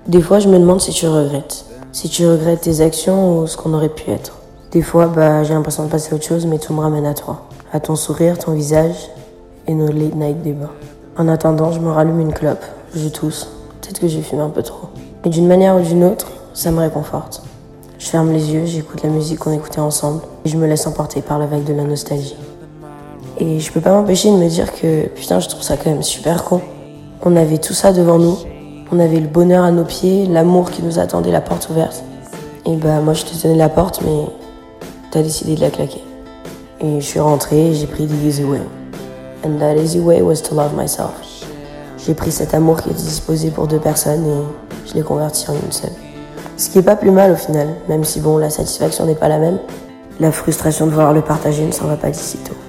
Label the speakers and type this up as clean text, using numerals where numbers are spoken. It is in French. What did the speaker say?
Speaker 1: Des fois, je me demande si tu regrettes. Si tu regrettes tes actions ou ce qu'on aurait pu être. Des fois, j'ai l'impression de passer à autre chose, mais tout me ramène à toi. À ton sourire, ton visage et nos late night débats. En attendant, je me rallume une clope. Je tousse. Peut-être que j'ai fumé un peu trop. Et d'une manière ou d'une autre, ça me réconforte. Je ferme les yeux, j'écoute la musique qu'on écoutait ensemble et je me laisse emporter par la vague de la nostalgie. Et je peux pas m'empêcher de me dire que, putain, je trouve ça quand même super con. On avait tout ça devant nous. On avait le bonheur à nos pieds, l'amour qui nous attendait, la porte ouverte. Et moi, je te donnais la porte, mais t'as décidé de la claquer. Et je suis rentrée et j'ai pris the easy way. And that easy way was to love myself. J'ai pris cet amour qui était disposé pour 2 personnes et je l'ai converti en une seule. Ce qui est pas plus mal au final, même si la satisfaction n'est pas la même. La frustration de vouloir le partager ne s'en va pas d'ici tôt.